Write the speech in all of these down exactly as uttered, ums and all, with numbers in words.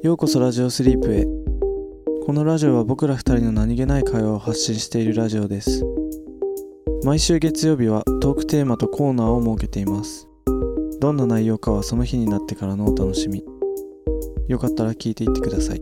ようこそラジオスリープへ。このラジオは僕ら二人の何気ない会話を発信しているラジオです。毎週月曜日はトークテーマとコーナーを設けています。どんな内容かはその日になってからのお楽しみ。よかったら聞いていってください。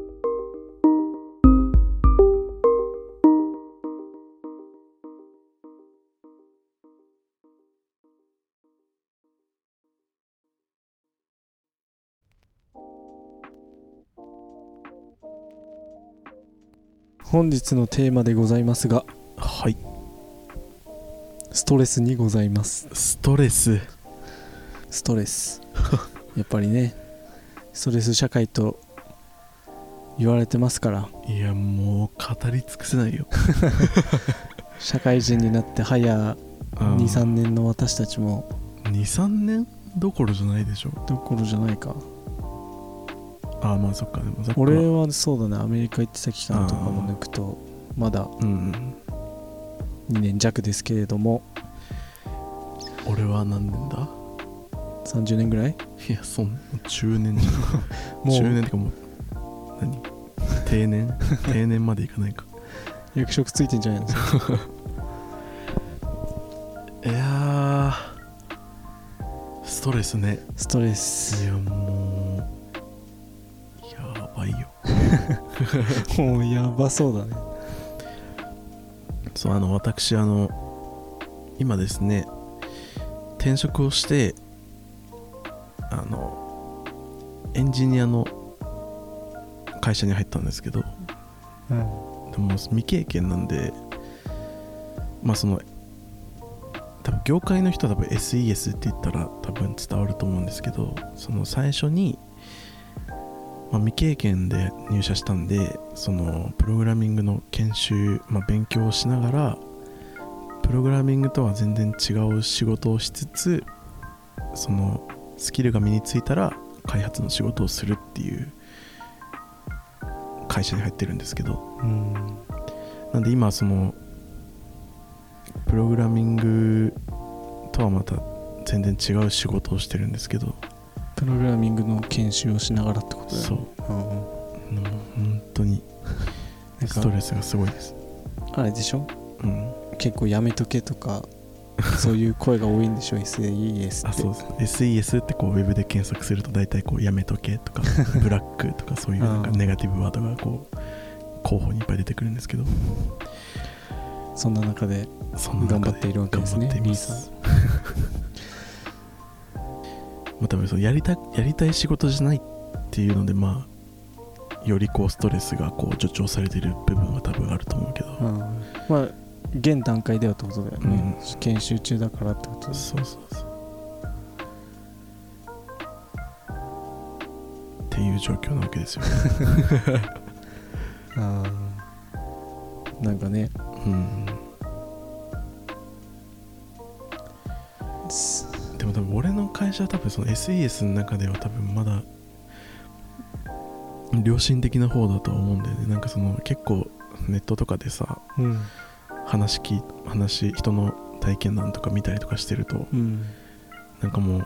本日のテーマでございますが、 はい、 ストレスにございます。 ストレスストレスやっぱりね、ストレス社会と言われてますから。 いやもう語り尽くせないよ社会人になって早に、さんねんの私たちも。 に、さんねんどころじゃないでしょ。 どころじゃないか。 ああまあそっか。でも俺はそうだね、アメリカ行ってた期間とかも抜くとまだにねん弱ですけれども。 俺は何年ださんじゅうねんぐらい。 いやそん中年じゃんもう中年ってかもう何定年定年までいかないか役職ついてんじゃないのそれいやーストレスね。 ストレス。 いやもうやばいよもうやばそうだね。 そうあの私あの今ですね転職をしてあのエンジニアの会社に入ったんですけど、 うん、 でも未経験なんで、まあその多分業界の人は多分 エスイーエス って言ったら多分伝わると思うんですけど、その最初に、まあ、未経験で入社したんで、そのプログラミングの研修、まあ、勉強をしながらプログラミングとは全然違う仕事をしつつ、そのスキルが身についたら開発の仕事をするっていう会社に入ってるんですけど、 うん、 なんで今そのプログラミングとはまた全然違う仕事をしてるんですけど。 プログラミングの研修をしながらってことだよね。 そう、うん、もう本当にストレスがすごいです。 あれでしょ、 うん、 結構やめとけとかそういう声が多いんでしょエスイーエス って。 あ、そうそう エスイーエス ってこうウェブで検索すると大体こうやめとけとかブラックとかそういうなんかネガティブワードがこう候補にいっぱい出てくるんですけど、 そんな中で頑張っているわけですね。 頑張っています。まあ多分そうやりたやりたい仕事じゃないっていうので、まあよりこうストレスがこう助長されている部分は多分あると思うけど、 うん、まあ現段階ではってことだよね、うん、研修中だからってことだ。 そうそうそうっていう状況なわけですよあーなんかね、うん、 でも多分俺の会社は多分その エスイーエス の中では多分まだ良心的な方だとは思うんだよね。なんかその結構ネットとかでさ、うん、話聞話人の体験談とか見たりとかしてると、うん、なんかも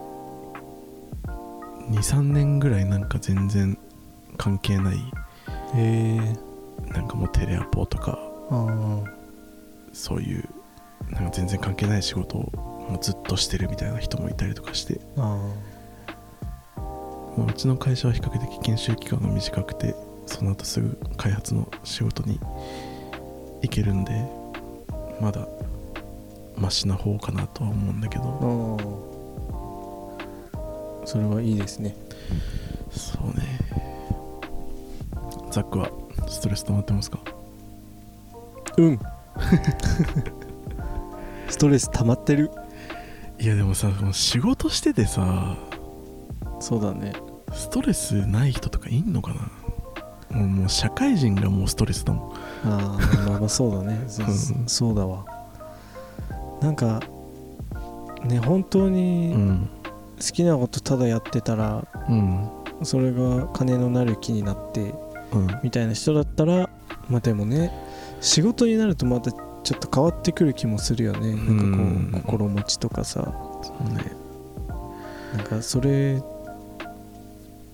う にさんねんぐらいなんか全然関係ない、 へー、 なんかもうテレアポとかあそういうなんか全然関係ない仕事をもうずっとしてるみたいな人もいたりとかして、あもううちの会社は比較的研修期間が短くて、その後すぐ開発の仕事に行けるんでまだマシな方かなとは思うんだけど。 それはいいですね。 そうね。ザックはストレス溜まってますか？ うんストレス溜まってる。 いやでもさ、仕事しててさ、 そうだね、 ストレスない人とかいんのかな。もう、もう社会人がもうストレスだもん。 ああまあまあそうだねそ, そうだわ。なんかね、本当に好きなことただやってたら、うん、それが金のなる木になって、うん、みたいな人だったら、まあでもね、仕事になるとまたちょっと変わってくる気もするよね。なんかこう、うん、心持ちとかさ、そうね、なんかそれ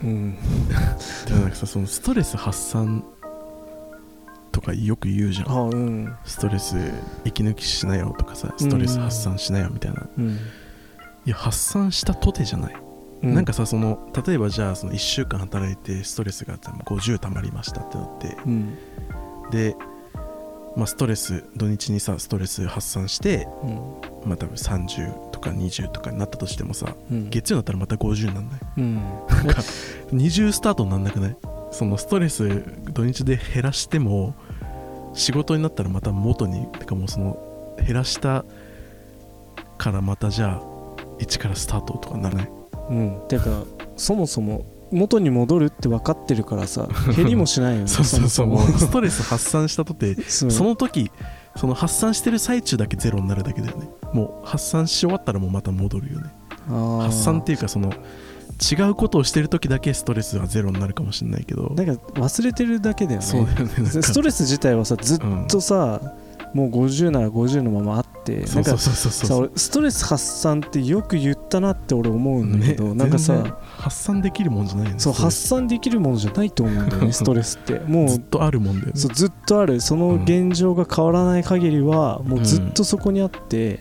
うん、 でもなんかさ、そのストレス発散とかよく言うじゃん、 あ、うん、 ストレス息抜きしなよとかさ、ストレス発散しなよみたいな、うん、いや発散したとてじゃない、うん、なんかさ、その例えばじゃあそのいっしゅうかん働いてストレスがごじゅうたまりましたってなって、うん、で、まあ、ストレス土日にさストレス発散して、うん、まあ多分さんじゅうとかにじゅうとかになったとしてもさ、うん、月曜になったらまたごじゅうになんない、うん、なんかにじゅうスタートになんなくない？そのストレス土日で減らしても仕事になったらまた元に、てかもうその減らしたからまたじゃあ一からスタートとかならない？ うん、てかそもそも元に戻るって分かってるからさ、減りもしないよね。 そうそうそう、もうストレス発散したとてその時その発散してる最中だけゼロになるだけだよね。もう発散し終わったらもうまた戻るよね。発散っていうかその違うことをしてる時だけストレスはゼロになるかもしれないけど、 なんか忘れてるだけだよね。 そうだよね。 ストレス自体はさずっとさ、うん、もうごじゅうならごじゅうのままあって、なんかストレス発散ってよく言ったなって俺思うんだけど、ね、なんかさ発散できるもんじゃないよね。 そう、発散できるものじゃないと思うんだよねストレスってもうずっとあるもんだよね。 そうずっとある、その現状が変わらない限りはもうずっとそこにあって、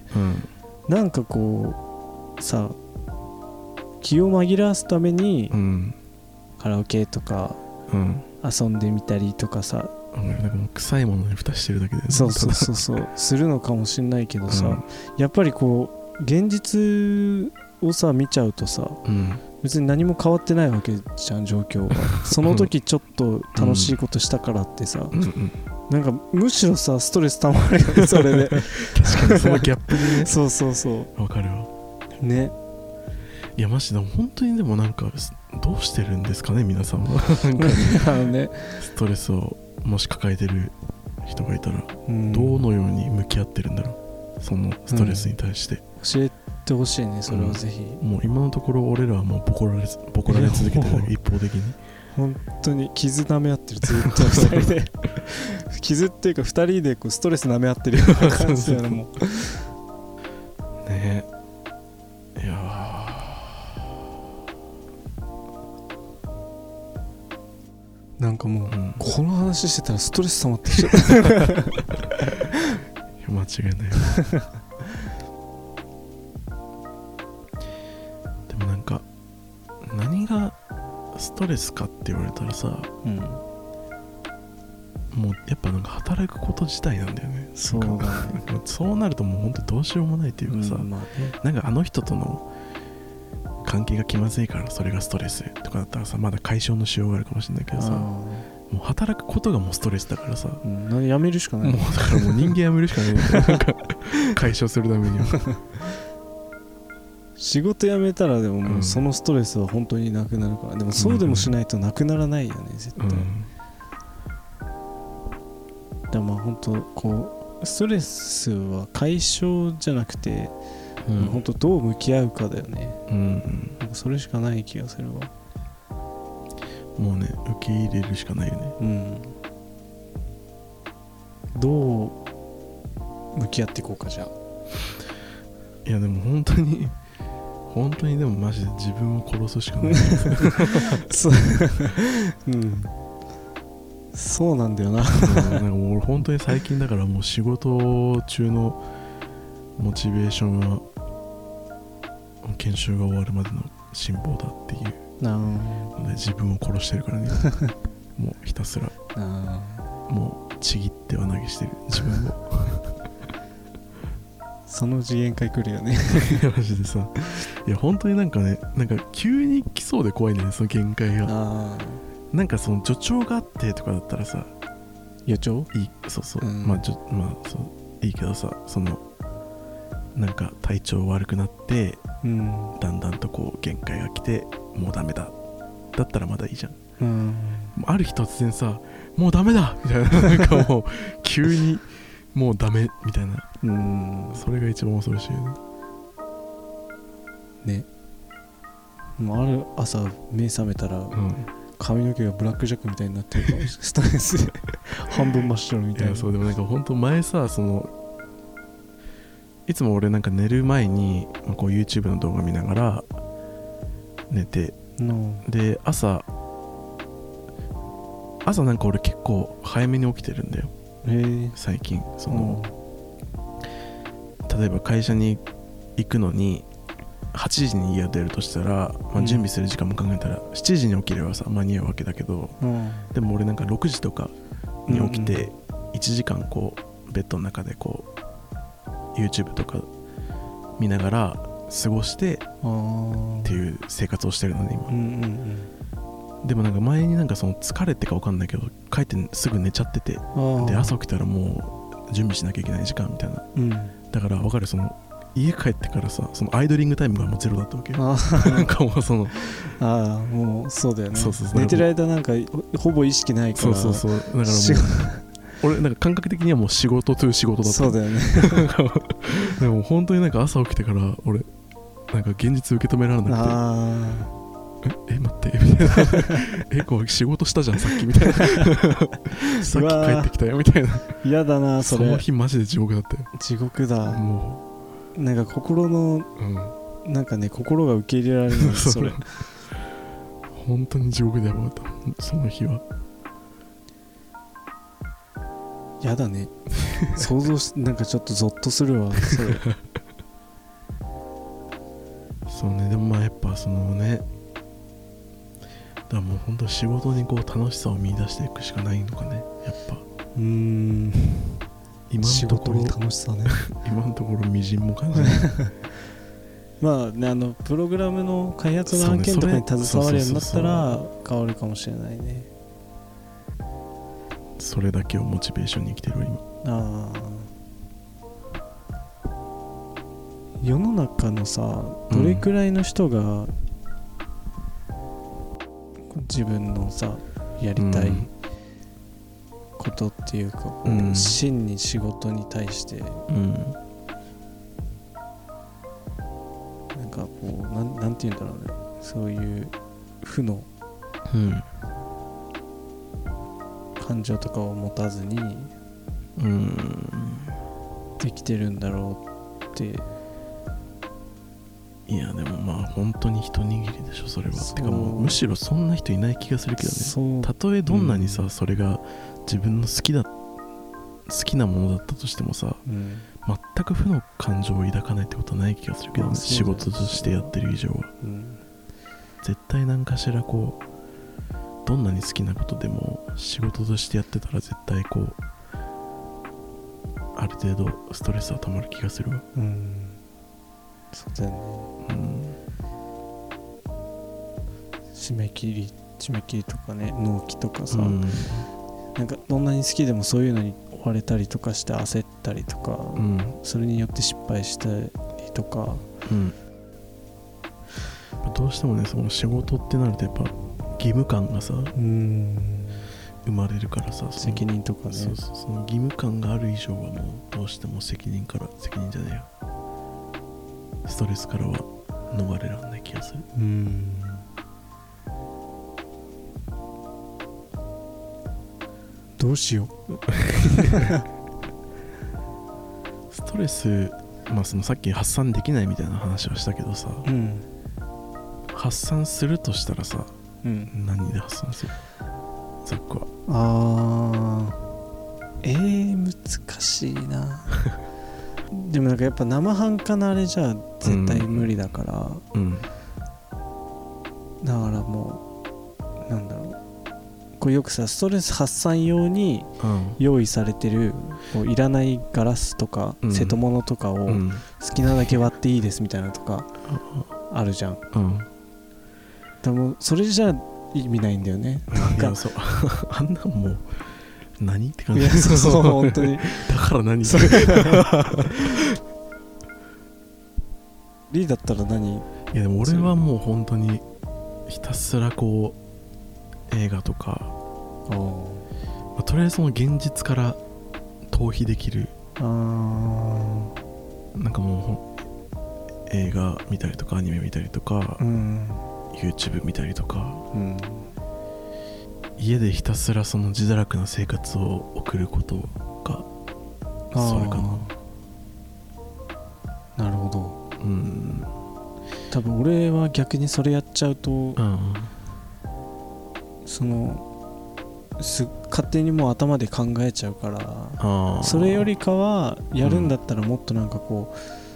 うん、なんかこうさ気を紛らわすために、うん、カラオケとか、うん、遊んでみたりとかさ、 うん、なんかもう臭いものに蓋してるだけで、ね、 そうそうそうそうするのかもしれないけどさ、うん、やっぱりこう現実をさ見ちゃうとさ、うん、別に何も変わってないわけじゃん状況がその時ちょっと楽しいことしたからってさ、うんうん、なんかむしろさストレス溜まるよねそれで確かにそのギャップにねそうそうそうわかるわね。 いやマジで本当にでもなんかどうしてるんですかね皆さんはなんか、ね、ストレスをもし抱えてる人がいたら、うん、どのように向き合ってるんだろうそのストレスに対して、うん、 教えてほしいねそれをぜひ、 うん、もう今のところ俺らはもうボコられボコられ続けてる一方的に本当に傷舐め合ってるずっとふたりで傷っていうかふたりでこうストレス舐め合ってるような感じだよねもうねえいやなんかもう、うん、この話してたらストレス溜まってきちゃった間違いないでもなんか何がストレスかって言われたらさ、うん、もうやっぱなんか働くこと自体なんだよね。 そうだねそうなるともう本当どうしようもないっていうかさ、うんまあね、なんかあの人との関係が気まずいからそれがストレスとかだったらさまだ解消のしようがあるかもしれないけどさ、もう働くことがもうストレスだからさ、 うん、やめるしかない。 もうだからもう人間やめるしかないなんか解消するためには仕事辞めたらでももうそのストレスは本当になくなるから、うん、でもそうでもしないとなくならないよね絶対、うん、でもまあ本当こうストレスは解消じゃなくて、うん、本当どう向き合うかだよね、うん、なんかそれしかない気がするわ。 もうね受け入れるしかないよね、うん、 どう向き合っていこうかじゃあ。 いやでも本当に本当にでもマジで自分を殺すしかないそう、うん、そうなんだよななんかもう俺本当に最近だからもう仕事中のモチベーションは研修が終わるまでの辛抱だっていうので自分を殺してるからねもうひたすらもうちぎっては投げしてる自分をその次元界来るよねいやマジでさいや本当になんかねなんか急に来そうで怖いねその限界が。あなんかその助長があってとかだったらさ予兆いいそうそう、うん、まあちょまあそういいけどさそのなんか体調悪くなって、うん、だんだんとこう限界が来てもうダメだだったらまだいいじゃん、うん、ある日突然さもうダメだみたいななんかもう急にもうダメみたいな、うん、それが一番恐ろしいよね。ねもうある朝目覚めたら、うん、髪の毛がブラックジャックみたいになってるかもしれないストレスで半分真っ白みたいな。いやそうでもなんか本当前さそのいつも俺なんか寝る前に、まあ、こう YouTube の動画見ながら寝て No. で朝朝なんか俺結構早めに起きてるんだよ、 えー、 最近。その、うん、例えば会社に行くのにはちじに家を出るとしたら、まあ、準備する時間も考えたらしちじに起きればさ間に合うわけだけど、うん、でも俺なんかろくじとかに起きていちじかんこうベッドの中でこう YouTube とか見ながら過ごしてっていう生活をしてるのね今、うんうんうん、でもなんか前になんかその疲れてか分かんないけど帰ってすぐ寝ちゃってて、で朝起きたらもう準備しなきゃいけない時間みたいな、うん、だから分かる、その家帰ってからさそのアイドリングタイムがもうゼロだったわけよ。なんかもうそのああもうそうだよね。そうそうそう、寝てる間なんかほぼ意識ないから。 そうそうそう、だからもう俺なんか感覚的にはもう仕事という仕事だった。 そうだよね。 でも本当になんか朝起きてから俺なんか現実受け止められなくて、あええ待ってみたいなえこう仕事したじゃんさっきみたいなさっき帰ってきたよみたいな。 嫌だなそれ。 その日マジで地獄だったよ。 地獄だ。もうなんか心の、うん、なんかね心が受け入れられるんですそれ。 本当に地獄でやばかったその日は。 やだね想像しなんかちょっとゾッとするわそれ。 そうね、でもまあやっぱそのね、だからもう本当仕事にこう楽しさを見出していくしかないのかね、やっぱ。 うーん、 今のところ仕事に楽しさね今のところみじんも感じないまあね、あのプログラムの開発の案件とかに携わるようになったら変わるかもしれないね。 それだけをモチベーションに生きてる今。ああ、世の中のさどれくらいの人が、うん、自分のさやりたいことっていうか、うん、真に仕事に対して、うん、なんかこうなん、なんていうんだろうね、そういう負の、うん、感情とかを持たずに、うん、できてるんだろうって。 いやでもまあ本当に一握りでしょそれは。てかもうむしろそんな人いない気がするけどね。たとえどんなにさ、うん、それが自分の好きだ好きなものだったとしてもさ、うん、全く負の感情を抱かないってことはない気がするけどね、仕事としてやってる以上は、うん、絶対何かしらこうどんなに好きなことでも仕事としてやってたら絶対こうある程度ストレスは溜まる気がするわ。うん、 そうだよね、うん、締め切り締め切りとかね、納期とかさ、うん、なんかどんなに好きでもそういうのに追われたりとかして焦ったりとか、うん、それによって失敗したりとか、うん、 どうしてもねその仕事ってなるとやっぱ義務感がさ、うん、生まれるからさ、 責任とかね、 そうそう、その義務感がある以上はもうどうしても責任から責任じゃないよストレスからは逃れられない気がする。うーん、 どうしようストレス、まあそのさっき発散できないみたいな話はしたけどさ、うん、発散するとしたらさ、うん、何で発散する？ザックは。 あー、えー、難しいなでもなんかやっぱ生半可なあれじゃ絶対無理だから、うんうん、だからもうなんだろう、こうよくさストレス発散用に用意されてる、こういらないガラスとか、うん、瀬戸物とかを好きなだけ割っていいですみたいなとかあるじゃん、うん、でもそれじゃ意味ないんだよね。なんかいやそうあんなんもう何って感じ。 いやそうそう本当にだから何リーだったら何？ いやでも俺はもう本当にひたすらこう映画とか、まあ、とりあえずその現実から逃避できる、あなんかもう映画見たりとかアニメ見たりとか、うん、YouTube 見たりとか、うん、家でひたすらその自堕落な生活を送ることがそれかな。 なるほど。うん。 多分俺は逆にそれやっちゃうと、うん、そのす勝手にもう頭で考えちゃうから、それよりかはやるんだったらもっとなんかこ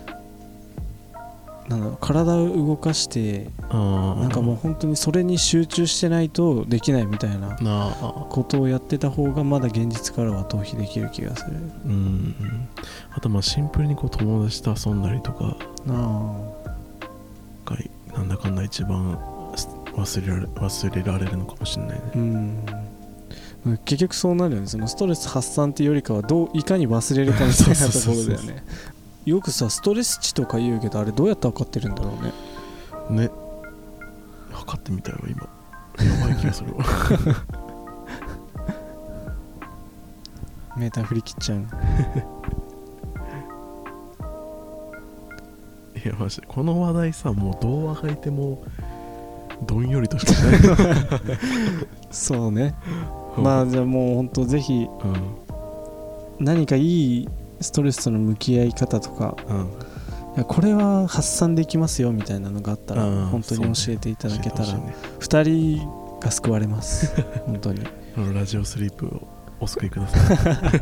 う、うん、なんだろう、体を動かしてなんかもう本当にそれに集中してないとできないみたいなことをやってた方がまだ現実からは逃避できる気がする。 うん、あとまあシンプルにこう友達と遊んだりとかがなんだかんだ一番忘れられ、忘れられるのかもしれないね。うん、 結局そうなるよね。そのストレス発散っていうよりかはどういかに忘れるかみたいなところだよね。よくさストレス値とか言うけど、あれどうやって測ってるんだろうね。 ね、測ってみたよ今。やばい気がするわ。 メーター振り切っちゃう。 いやマジでこの話題さ、もうどうあがいてもどんよりとしかしない。 そうね。まあじゃあもう本当ぜひ、うん、何かいいストレスとの向き合い方とか、うん、いやこれは発散できますよみたいなのがあったら、うん、本当に教えていただけたら、ね、ふたりが救われます。本当に。 ラジオスリープをお救いください。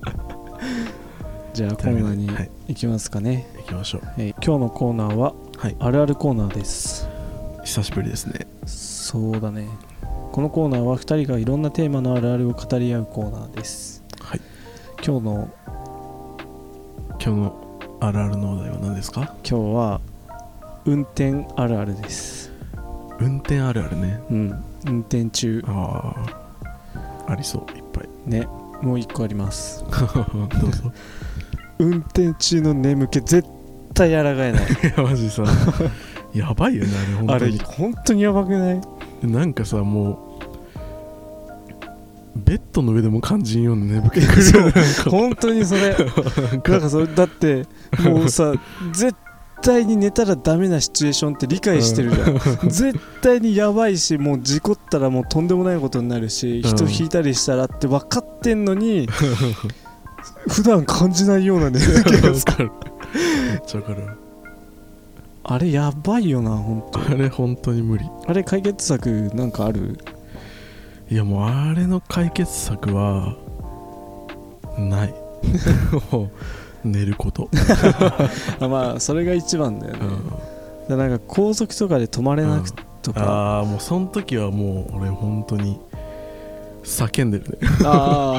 じゃあコーナーに行きますかね。 行きましょう。 えー、今日のコーナーは、はい、あるあるコーナーです。 久しぶりですね。 そうだね。このコーナーはふたりがいろんなテーマのあるあるを語り合うコーナーです。はい。今日の今日のあるあるのお題は何ですか？ 今日は運転あるあるです。 運転あるあるね。 うん。運転中。 ああ。ありそういっぱい。 ね。もう一個あります。 どうぞ。 運転中の眠気絶対抗えない。いやマジさ。やばいよねあれ本当に。 あれ本当にやばくない？ なんかさもうベッドの上でも感じんような眠気がする。 本当にそれ。なんかそれだってもうさ絶対に寝たらダメなシチュエーションって理解してるじゃん。うん、絶対にやばいし、もう事故ったらもうとんでもないことになるし、うん、人引いたりしたらって分かってんのに普段感じないような眠気がする。 めっちゃわかる。 あれやばいよな本当。 あれ本当に無理。 あれ解決策なんかある？ いやもうあれの解決策はない。寝ること。 まあそれが一番だよね。うん、だなんか高速とかで止まれなくとか、うん、 ああもうその時はもう俺本当に叫んでるね。 あ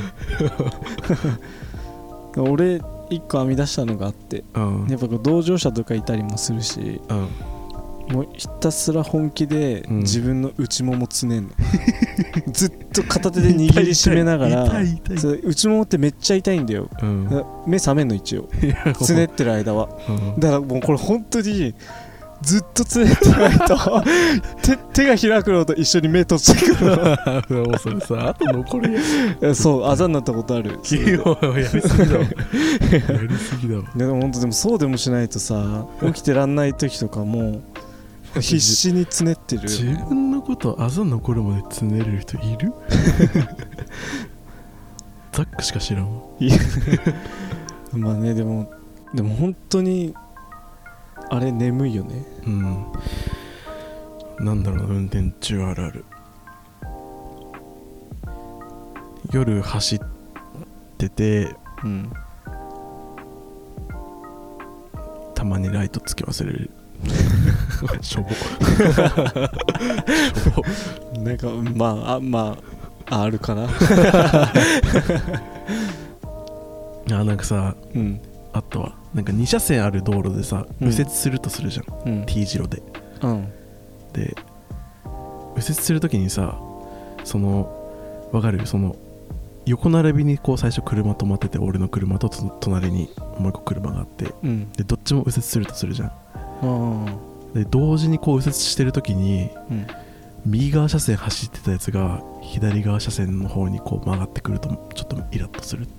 あ。俺一個編み出したのがあって、うん、やっぱこう同乗者とかいたりもするし、うん、もうひたすら本気で自分の内ももつねんの。うん、ずっと片手で握りしめながら、痛い痛い痛い、内ももってめっちゃ痛いんだよ。うん、目覚めんの一応。つねってる間は。うん、だからもうこれ本当にずっとつねってないと手, 手が開くのと一緒に目閉じてくる。 もうそれさあと残りや。そうあざになったことある。 やりすぎだわ。やりすぎだわ。 でも本当でもそうでもしないとさ、起きてらんない時とかもう必死につねってる。 自分のことあざ残るまでつねれる人いる？ザックしか知らんわ。 まあね、でもでも本当にあれ眠いよね。 うん。なんだろう、運転中あるある。夜走ってて、うん、たまにライトつけ忘れる。しょぼ。しょぼ。なんかまああまああるかな。 あなんかさ、うん、あったわ。なんかに車線ある道路でさ、うん、右折するとするじゃん、うん、T 字路で、うん、で右折するときにさ、そのわかるその横並びにこう最初車止まってて、俺の車と隣にもう一個車があって、うん、でどっちも右折するとするじゃん。で同時にこう右折してるときに、うん、右側車線走ってたやつが左側車線の方にこう曲がってくるとちょっとイラッとする。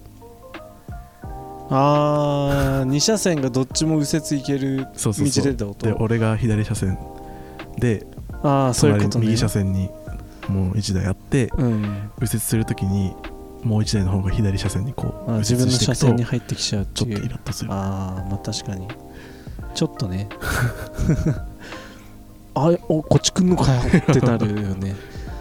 あーに車線がどっちも右折行ける道でってこと？ で俺が左車線で、 あーそういうことね、 右車線にもういちだいあって、うん、右折するときにもういちだいの方が左車線にこう自分の車線に入ってきちゃうっていう、 ちょっとイラッとする。 あーまあ確かにちょっとねあおこっち来んのかよってなるよね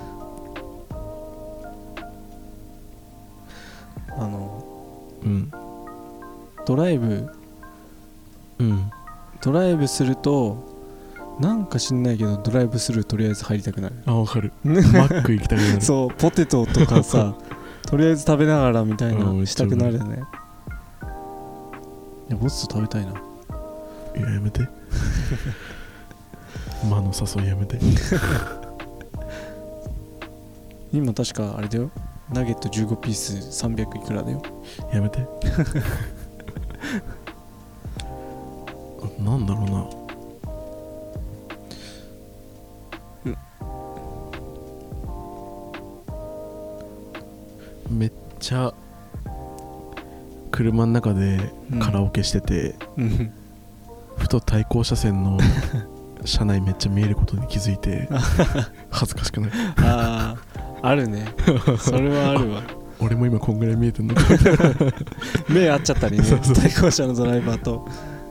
あの、 うん、 ドライブ、 うん、 ドライブするとなんか知んないけどドライブスルーとりあえず入りたくなる。 あ、わかるマック行きたくなるそうポテトとかさとりあえず食べながらみたいなしたくなるよね。いやボスト食べたいな。 いややめて魔の誘いやめて今確かあれだよ、ナゲットじゅうごピースさんびゃくいくらだよ。 やめてなんだろうな、めっちゃ車の中でカラオケしてて、うん、ふと対向車線の車内めっちゃ見えることに気づいて恥ずかしくない？ ああ、あるねそれはあるわ俺も今こんぐらい見えてんの目合っちゃったりねそうそう、対向車のドライバーと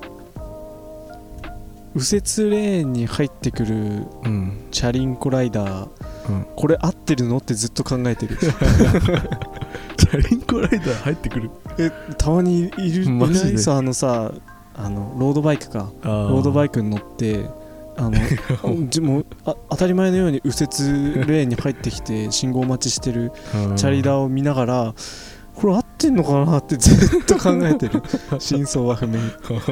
右折レーンに入ってくるチャリンコライダー、うん、これ合ってるのってずっと考えてるチャリンコライダー入ってくる？ え、たまにいる。マジで？そう、あのさ、あのロードバイクかロードバイクに乗ってあのもうあ当たり前のように右折レーンに入ってきて信号待ちしてるチャリダーを見ながらこれ合ってんのかなってずっと考えてる真相は不明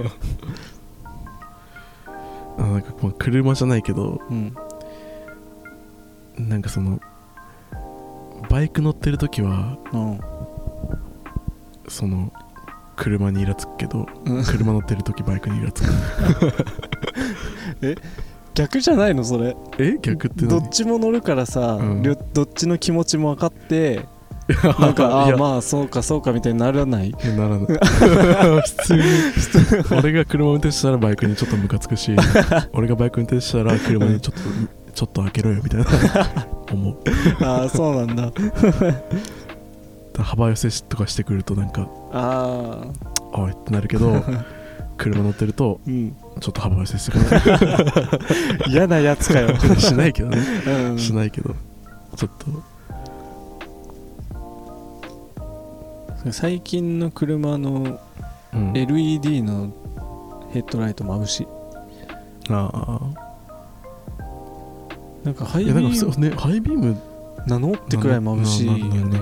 あ、なんか車じゃないけど、うん、なんかそのバイク乗ってる時は、うん、その車にイラつくけど、うん、車乗ってる時バイクにイラつくえ、逆じゃないのそれ？ え、逆って何？ どっちも乗るからさ、うん、どっちの気持ちも分かってなんかあまあそうかそうかみたいにならない？ ならない普通に俺が車運転したらバイクにちょっとムカつくし俺がバイク運転したら車にちょっとちょっと開けろよみたいな思うああそうなんだ幅寄せとかしてくるとなんかああおいってなるけど車乗ってると、うん、ちょっと幅寄せしてくる嫌なやつかよしないけどね、うん、しないけどちょっと最近の車の エルイーディー のヘッドライト眩しい、 うん、ああなんかハイビーム、 いやなんかね、ハイビームなのってくらい眩しいよね。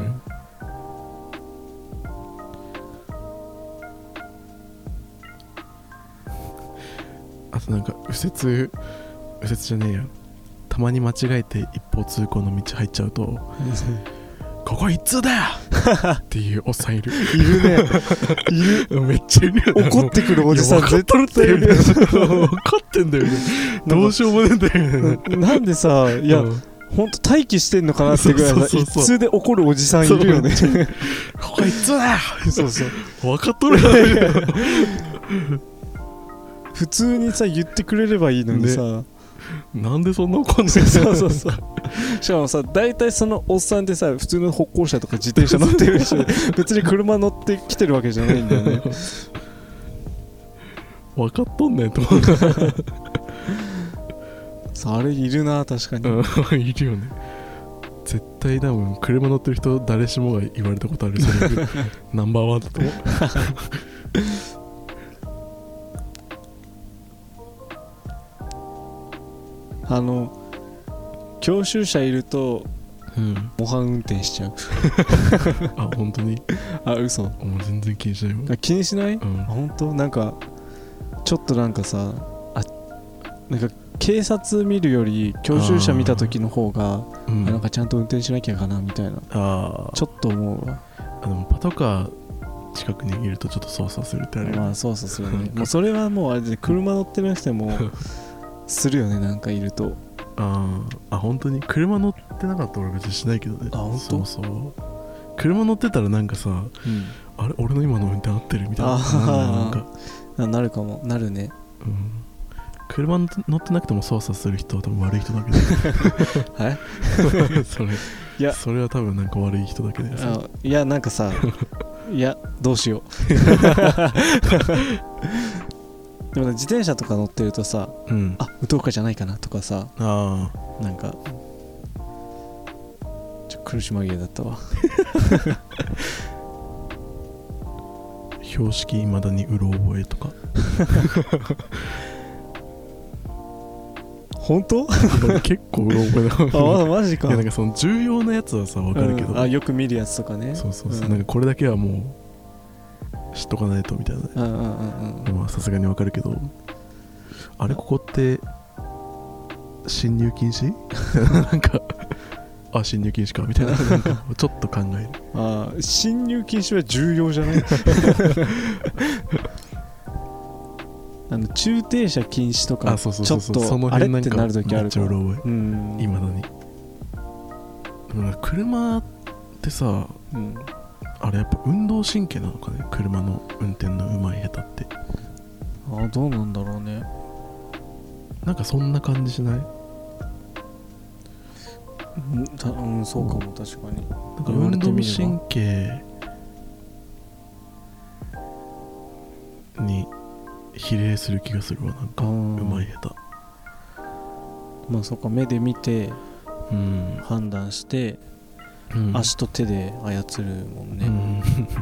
あとなんか右折右折じゃねえや、たまに間違えて一方通行の道入っちゃうとここ一通だよっていうおっさんいるいるねいるめっちゃいるよね。 怒ってくるおじさん絶対いるよね分かってんだよねどうしようもねえんだよねなんでさ、いや、うん、ほんと待機してんのかなってぐらいさ一通で怒るおじさんいるよねここ一通だよそうそう分かっとるよ普通にさ言ってくれればいいのにさ、ね、 なんでそんな怒んねんそうそうそうしかもさ大体そのおっさんってさ普通の歩行者とか自転車乗ってるし別に車乗ってきてるわけじゃないんだよね分かっとんねんと思うさあれいるな確かに、 うん、いるよね絶対多分車乗ってる人誰しもが言われたことあるそれナンバーワンだと思うあの教習車いると、うん、模範運転しちゃうあ、本当に？ あ、嘘。 もう全然気にしないよ。 気にしない？ うん、 本当？なんかちょっとなんかさ、あ、なんか警察見るより教習車見た時の方が、うん、なんかちゃんと運転しなきゃかなみたいな、 あ、 ちょっと思うわ。 あのパトカー近くにいるとちょっと操作するってあるよね。 まあ操作するねもうそれはもうあれで車乗ってなくてもするよね、なんかいると。 ああ、本当に車乗ってなかったら俺別にしないけどね。 あ、本当？ そうそう。車乗ってたらなんかさ、うん、あれ俺の今の運転合ってるみたいな。あなんかな, なるかも、なるね。 うん。車乗ってなくても操作する人は多分悪い人だけど。 はいそれいやそれは多分なんか悪い人だけで。 あ、いやなんかさいやどうしようでも、ね、自転車とか乗ってるとさ、 うん、 あ武道家じゃないかなとかさ、 あなんかちょ苦し紛れだったわ標識いまだにうろ覚えとか本当結構うろ覚えだあマジか。 いやなんかその重要なやつはさ分かるけど、 うん、あよく見るやつとかね。 そうそうそう、 うん、 なんかこれだけはもう知っとかないとみたいなのはさすがに分かるけど、あれここって侵入禁止なんかあ侵入禁止かみたいな、なんかちょっと考える。 あ侵入禁止は重要じゃないあの駐停車禁止とかちょっとあれってなるときあるから、いまだに。でも車ってさ、うん、あれやっぱ運動神経なのかね、車の運転の上手い下手って。 ああどうなんだろうね。 なんかそんな感じしない？ うん、たうん、そうかも。確かになんか運動神経に比例する気がするわ。なんか上手い下手。 まあそうか、目で見て、うん、判断して、うん、足と手で操るもんね、うん、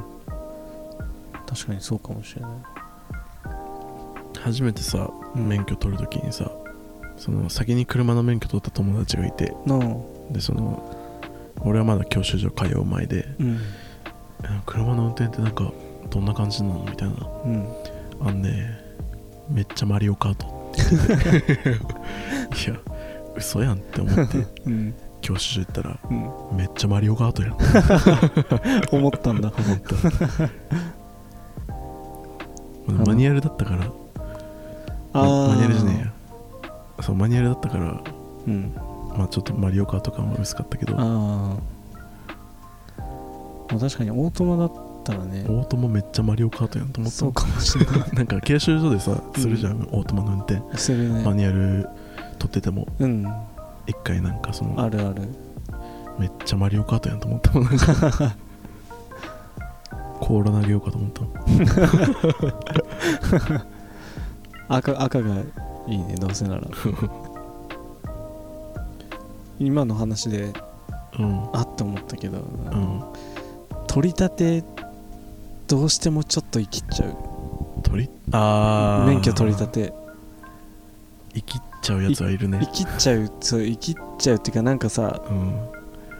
確かにそうかもしれない。 初めてさ免許取るときにさ、その先に車の免許取った友達がいて、うん、でその俺はまだ教習所通う前で、うん、車の運転ってなんかどんな感じなのみたいな、うん、あんねめっちゃマリオカートって言っていや嘘やんって思って、うん、教習所行ったら、うん、めっちゃマリオカートやん思ったんだ思ったマニュアルだったからあマニュアルじゃねえやそうマニュアルだったから、うん、まあちょっとマリオカート感は薄かったけど、ああ確かにオートマだったらね、 オートマめっちゃマリオカートやんと思った。 そうかもしれないなんか教習所でさするじゃん、うん、オートマの運転するね。 マニュアル取ってても、うん、一回なんかそのあるあるめっちゃマリオカートやんと思ったもん。なんか甲羅投げようかと思った赤, 赤がいいね、どうせなら今の話で、うん、あって思ったけど、うん、取り立てどうしてもちょっと生きっちゃう。 取りあ免許取り立て生きっちゃうやつはいるね。 生きっちゃう、そう生きっちゃうっていうか、なんかさ、うん、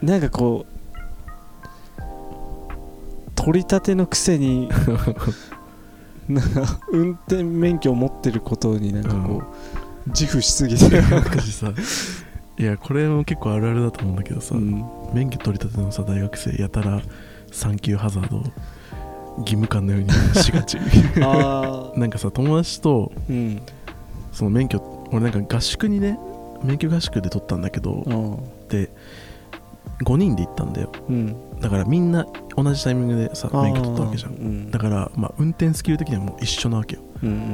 なんかこう取り立てのくせになんか運転免許を持ってることになんかこう、うん、自負しすぎて私さいやこれも結構あるあるだと思うんだけどさ、うん、免許取り立てのさ大学生やたらサンキューハザードを義務感のようにしがちあなんかさ友達と、うん、その免許俺なんか合宿にね免許合宿で取ったんだけど、うん、でごにんで行ったんだよ、うん、だからみんな同じタイミングでさ免許取ったわけじゃん、うん、だから、まあ、運転スキル的にはもう一緒なわけよ、うんうんうん、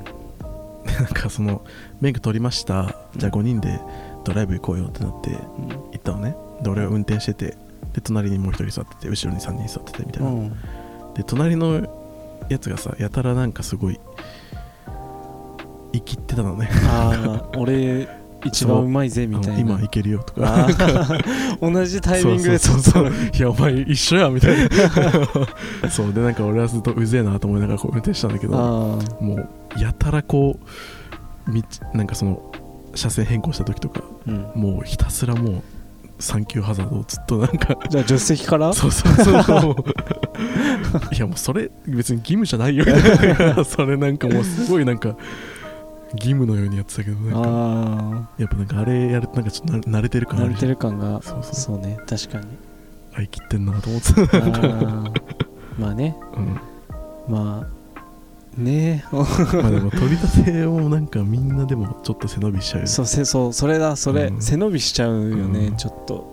でなんかその免許取りました、じゃあごにんでドライブ行こうよってなって行ったのね。で俺は運転してて、で隣にもう一人座ってて、後ろにさんにん座っててみたいな、うん、で隣のやつがさやたらなんかすごい生きってたのね。ああ俺一番うまいぜみたいな、 今いけるよとか同じタイミングでそうそうそういやお前一緒やみたいなそうでなんか俺はずっとうぜえなと思いながらこう運転したんだけど、もうやたらこう道なんかその車線変更した時とか、うん、もうひたすらもうサンキューハザードをずっとなんかじゃあ助手席からそうそうそういやもうそれ別に義務じゃないよみたいなそれなんかもうすごいなんか義務のようにやってたけど、なんかあやっぱなんかあれやるとなんかちょっと慣れてる感あるじゃん。 慣れてる感がそうそう、そうね、確かにあいきってんなと思ってた。 あまあね、うん、まあねえまあでも取り立てをなんかみんなでもちょっと背伸びしちゃうよね。 そうせそうそれだそれ、うん、背伸びしちゃうよね、うん、ちょっと。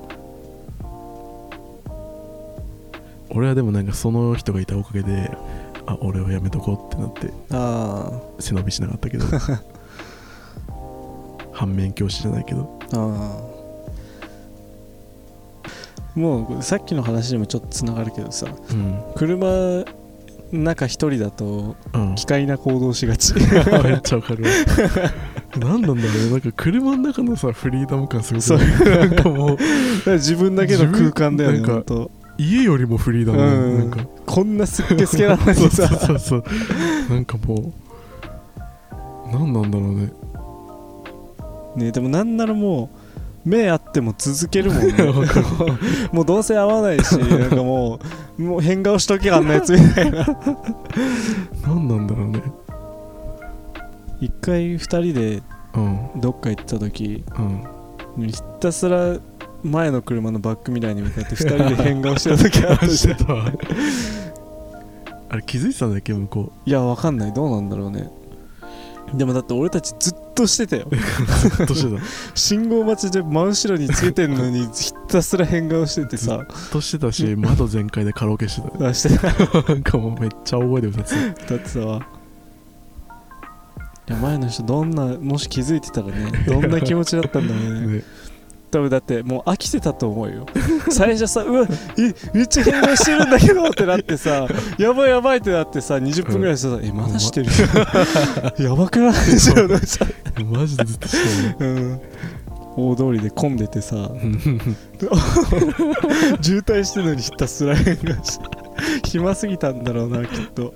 俺はでもなんかその人がいたおかげであ俺はやめとこうってなってあ背伸びしなかったけど反面教師じゃないけどあもうさっきの話にもちょっとつながるけどさ、うん、車中一人だとうん奇怪な行動しがちめっちゃわかるわ何なんだろうね、なんか車の中のさフリーダム感すごくそうなんかもう自分だけの空間だよね。 自分ほんと家よりもフリーダム、 うんなんかこんなすっけすけなのにそうさそうそうなんかもう何なんだろうねね。でもなんならもう目あっても続けるもんねもうどうせ合わないしなんかもうもう変顔しとけあんなやつみたいな何なんだろうね。 一回二人でうんどっか行った時うんひたすら前の車のバックミラーに向かって二人で変顔してた時あったじゃんあれ気づいてたんだっけ向こいやわかんない、どうなんだろうね。でもだって俺たちずっとしてたようずっとしてた信号待ちで真後ろにつけてんのにひたすら変顔しててさずっとしてたし窓全開でカラオケしてたあしてたなんかもうめっちゃ大声で歌ってだってさ、いや前の人どんな、もし気づいてたらねどんな気持ちだったんだろうたねね多分だってもう飽きてたと思うよ最初さうわえめっちゃ変顔してるんだけどってなってさやばいやばいってなってさにじゅっぷんぐらいしてさ、うん、えまだしてるやばくないじゃんマジでずっとしてたね、 うん、大通りで混んでてさ渋滞してるのにひたすら変顔して暇すぎたんだろうなきっと。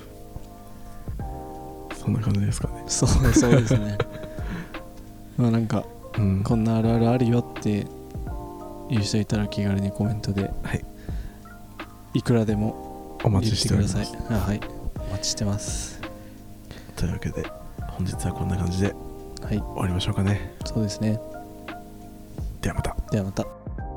そんな感じですかね。 そうそうですねまあなんか、うん、こんなあるあるあるよっていう人いたら気軽にコメントで、 はい、 いくらでもお待ちしております。 言ってください。あ、はい、お待ちしてます。 というわけで本日はこんな感じで終わりましょうかね。 そうですね。 ではまた。 ではまた。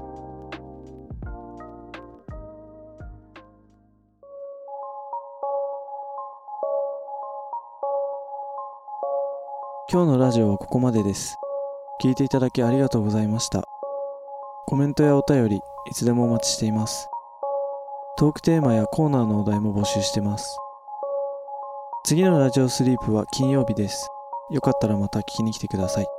今日のラジオはここまでです。聞いていただきありがとうございました。コメントやお便りいつでもお待ちしています。トークテーマやコーナーのお題も募集してます。次のラジオスリープは金曜日です。よかったらまた聞きに来てください。